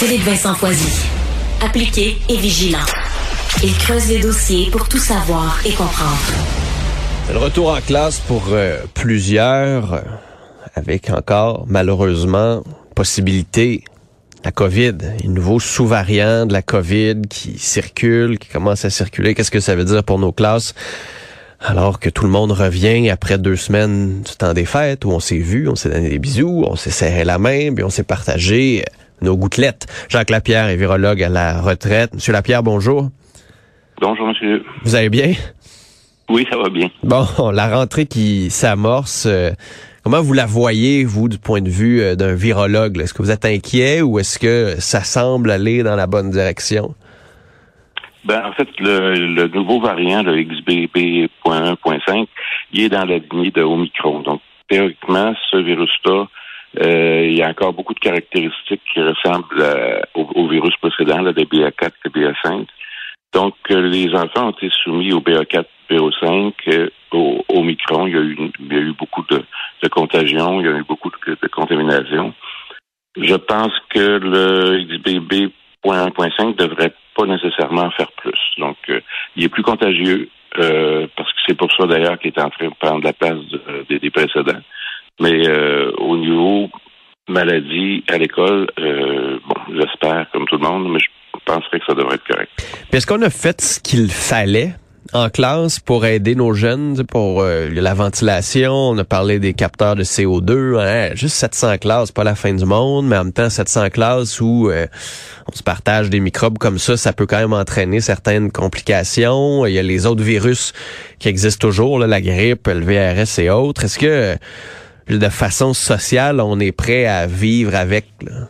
Philippe Vincent Foisy. Appliqué et vigilant. Il creuse les dossiers pour tout savoir et comprendre. Le retour en classe pour plusieurs, avec encore, malheureusement, possibilité, la COVID, un nouveau sous-variant de la COVID qui circule, qui commence à circuler. Qu'est-ce que ça veut dire pour nos classes? Alors que tout le monde revient après 2 semaines du temps des fêtes, où on s'est vu, on s'est donné des bisous, on s'est serré la main, puis on s'est partagé nos gouttelettes. Jacques Lapierre est virologue à la retraite. Monsieur Lapierre, bonjour. Bonjour, monsieur. Vous allez bien? Oui, ça va bien. Bon, la rentrée qui s'amorce, comment vous la voyez, vous, du point de vue d'un virologue? Est-ce que vous êtes inquiet ou est-ce que ça semble aller dans la bonne direction? En fait, le nouveau variant, le XBB.1.5, il est dans la lignée de Omicron. Donc, théoriquement, ce virus-là, il y a encore beaucoup de caractéristiques qui ressemblent au virus précédent, le BA4 et le BA5. Donc, les enfants ont été soumis au BA4, BA5, au Omicron. Il y a eu beaucoup de contagions, il y a eu beaucoup de contaminations. Je pense que le XBB.1.5 devrait pas nécessairement faire plus. Donc, il est plus contagieux, parce que c'est pour ça d'ailleurs qu'il est en train de prendre la place des précédents. Mais au niveau maladie à l'école, j'espère comme tout le monde, mais je penserais que ça devrait être correct. Puis est-ce qu'on a fait ce qu'il fallait en classe pour aider nos jeunes, pour la ventilation? On a parlé des capteurs de CO2, hein, juste 700 classes, pas la fin du monde, mais en même temps 700 classes où on se partage des microbes comme ça peut quand même entraîner certaines complications. Il y a les autres virus qui existent toujours, là, la grippe, le VRS et autres. Est-ce que de façon sociale, on est prêt à vivre avec, là?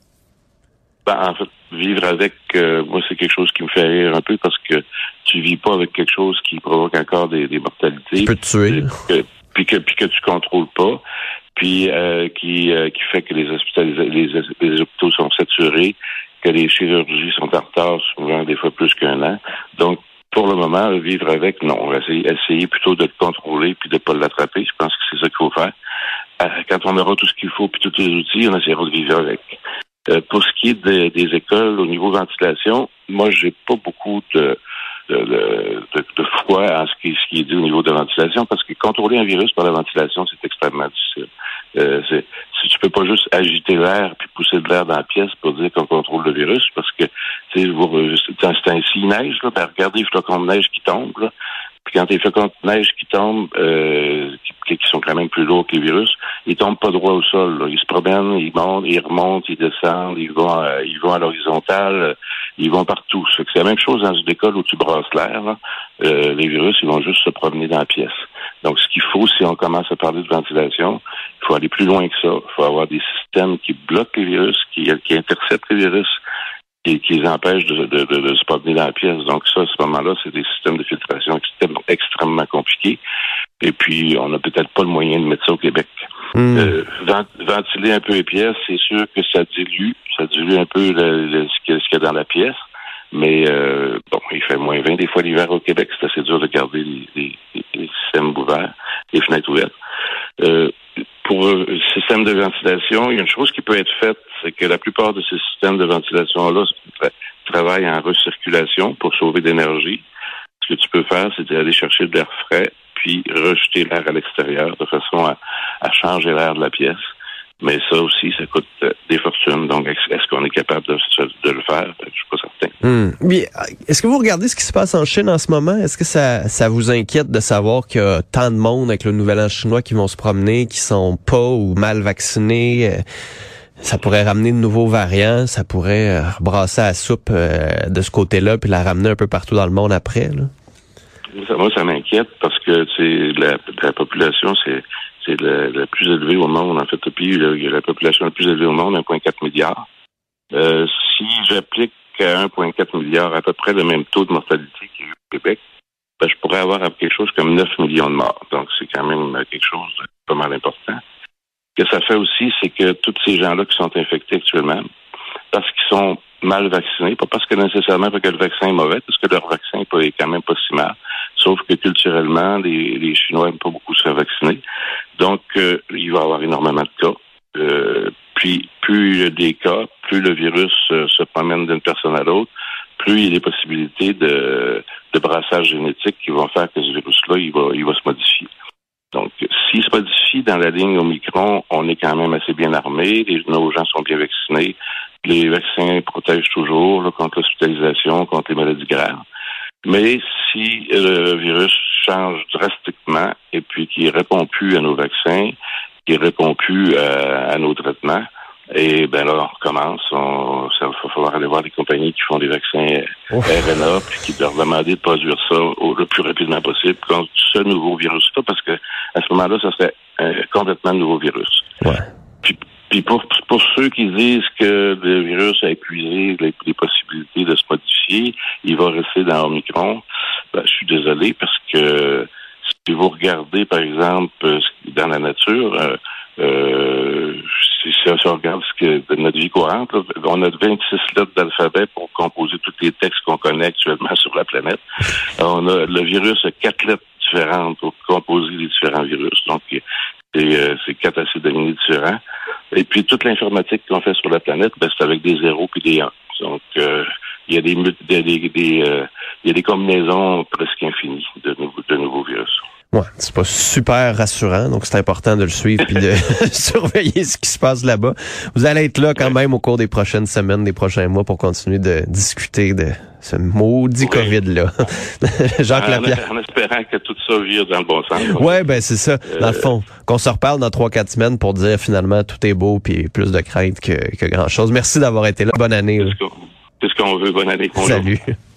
En fait, vivre avec, moi, c'est quelque chose qui me fait rire un peu parce que tu vis pas avec quelque chose qui provoque encore des mortalités. Qui peut te tuer. Puis que tu contrôles pas. Puis qui fait que les hôpitaux sont saturés, que les chirurgies sont en retard, souvent des fois plus qu'1 an. Donc, pour le moment, vivre avec, non. On va essayer plutôt de le contrôler puis de pas l'attraper. Je pense que c'est ça qu'il faut faire. Quand on aura tout ce qu'il faut puis tous les outils, on essaiera de vivre avec. Pour ce qui est des écoles, au niveau ventilation, moi, j'ai pas beaucoup de foi en ce qui est dit au niveau de la ventilation, parce que contrôler un virus par la ventilation, c'est extrêmement difficile. Si tu peux pas juste agiter l'air puis pousser de l'air dans la pièce pour dire qu'on contrôle le virus, parce que c'est ainsi il neige, là, regardez les flocons de neige qui tombent, là. Puis quand les flocons de neige qui tombent, qui sont quand même plus lourds que les virus, ils tombent pas droit au sol, là. Ils se promènent, ils montent, ils remontent, ils descendent, ils vont à l'horizontale, ils vont partout. C'est la même chose dans une école où tu brasses l'air, là. Les virus, ils vont juste se promener dans la pièce. Donc, ce qu'il faut, si on commence à parler de ventilation, il faut aller plus loin que ça. Il faut avoir des systèmes qui bloquent les virus, qui interceptent les virus, et qui les empêchent de se promener dans la pièce. Donc ça, à ce moment-là, c'est des systèmes de filtration extrêmement compliqués. Et puis, on n'a peut-être pas le moyen de mettre ça au Québec. Ventiler un peu les pièces, c'est sûr que ça dilue un peu ce qu'il y a dans la pièce. Mais il fait moins 20 des fois l'hiver au Québec. C'est assez dur de garder les systèmes ouverts, les fenêtres ouvertes. Pour le système de ventilation, il y a une chose qui peut être faite, c'est que la plupart de ces systèmes de ventilation-là travaillent en recirculation pour sauver d'énergie. Ce que tu peux faire, c'est d'aller chercher de l'air frais, puis rejeter l'air à l'extérieur de façon à changer l'air de la pièce. Mais ça aussi, ça coûte des fortunes. Donc, est-ce qu'on est capable de le faire? Je suis pas certain. Mais est-ce que vous regardez ce qui se passe en Chine en ce moment? Est-ce que ça vous inquiète de savoir qu'il y a tant de monde avec le nouvel an chinois qui vont se promener, qui sont pas ou mal vaccinés? Ça pourrait ramener de nouveaux variants, ça pourrait brasser la soupe de ce côté-là puis la ramener un peu partout dans le monde après, là? Moi, ça m'inquiète parce que la population, c'est la plus élevée au monde. En fait, le pays, la population la plus élevée au monde, 1,4 milliard. Si j'applique à 1,4 milliard à peu près le même taux de mortalité qu'il y a eu au Québec, je pourrais avoir quelque chose comme 9 millions de morts. Donc, c'est quand même quelque chose de pas mal important. Ce que ça fait aussi, c'est que tous ces gens-là qui sont infectés actuellement, parce qu'ils sont mal vaccinés, pas parce que nécessairement parce que le vaccin est mauvais, parce que leur vaccin est quand même pas si mal. Sauf que culturellement, les Chinois n'aiment pas beaucoup se faire vacciner. Donc, il va y avoir énormément de cas. Puis plus il y a des cas, plus le virus se promène d'une personne à l'autre, plus il y a des possibilités de brassage génétique qui vont faire que ce virus-là, il va se modifier. Donc, s'il se modifie dans la ligne Omicron, on est quand même assez bien armé, nos gens sont bien vaccinés, les vaccins protègent toujours là, contre l'hospitalisation, contre les maladies graves. Mais si le virus change drastiquement et puis qu'il répond plus à nos vaccins, qu'il répond plus à nos traitements, et ben là, on recommence. Ça va falloir aller voir des compagnies qui font des vaccins RNA, puis qui leur demander de produire ça le plus rapidement possible contre ce nouveau virus-là, parce que à ce moment-là, ça serait complètement nouveau virus. Ouais. Puis pour ceux qui disent que le virus a épuisé les possibilités de se modifier, il va rester dans Omicron, ben, je suis désolé, parce que si vous regardez, par exemple, dans la nature, si on regarde ce que de notre vie courante, là, on a 26 lettres d'alphabet pour composer tous les textes qu'on connaît actuellement sur la planète. Le virus a 4 lettres différentes pour composer les différents virus. Donc, c'est 4 acides aminés différents. Et puis, toute l'informatique qu'on fait sur la planète, ben, c'est avec des zéros puis des 1. Donc, il y a des combinaisons presque infinies de nouveaux virus. Ouais, c'est pas super rassurant, donc c'est important de le suivre puis de surveiller ce qui se passe là-bas. Vous allez être là quand même au cours des prochaines semaines, des prochains mois pour continuer de discuter de ce maudit COVID-là. Jacques Lapierre. En espérant que tout ça vire dans le bon sens. Ouais, ben c'est ça. Dans le fond, qu'on se reparle dans 3-4 semaines pour dire finalement tout est beau puis plus de crainte que grand-chose. Merci d'avoir été là. Bonne année. C'est ce qu'on veut. Bonne année. Salut.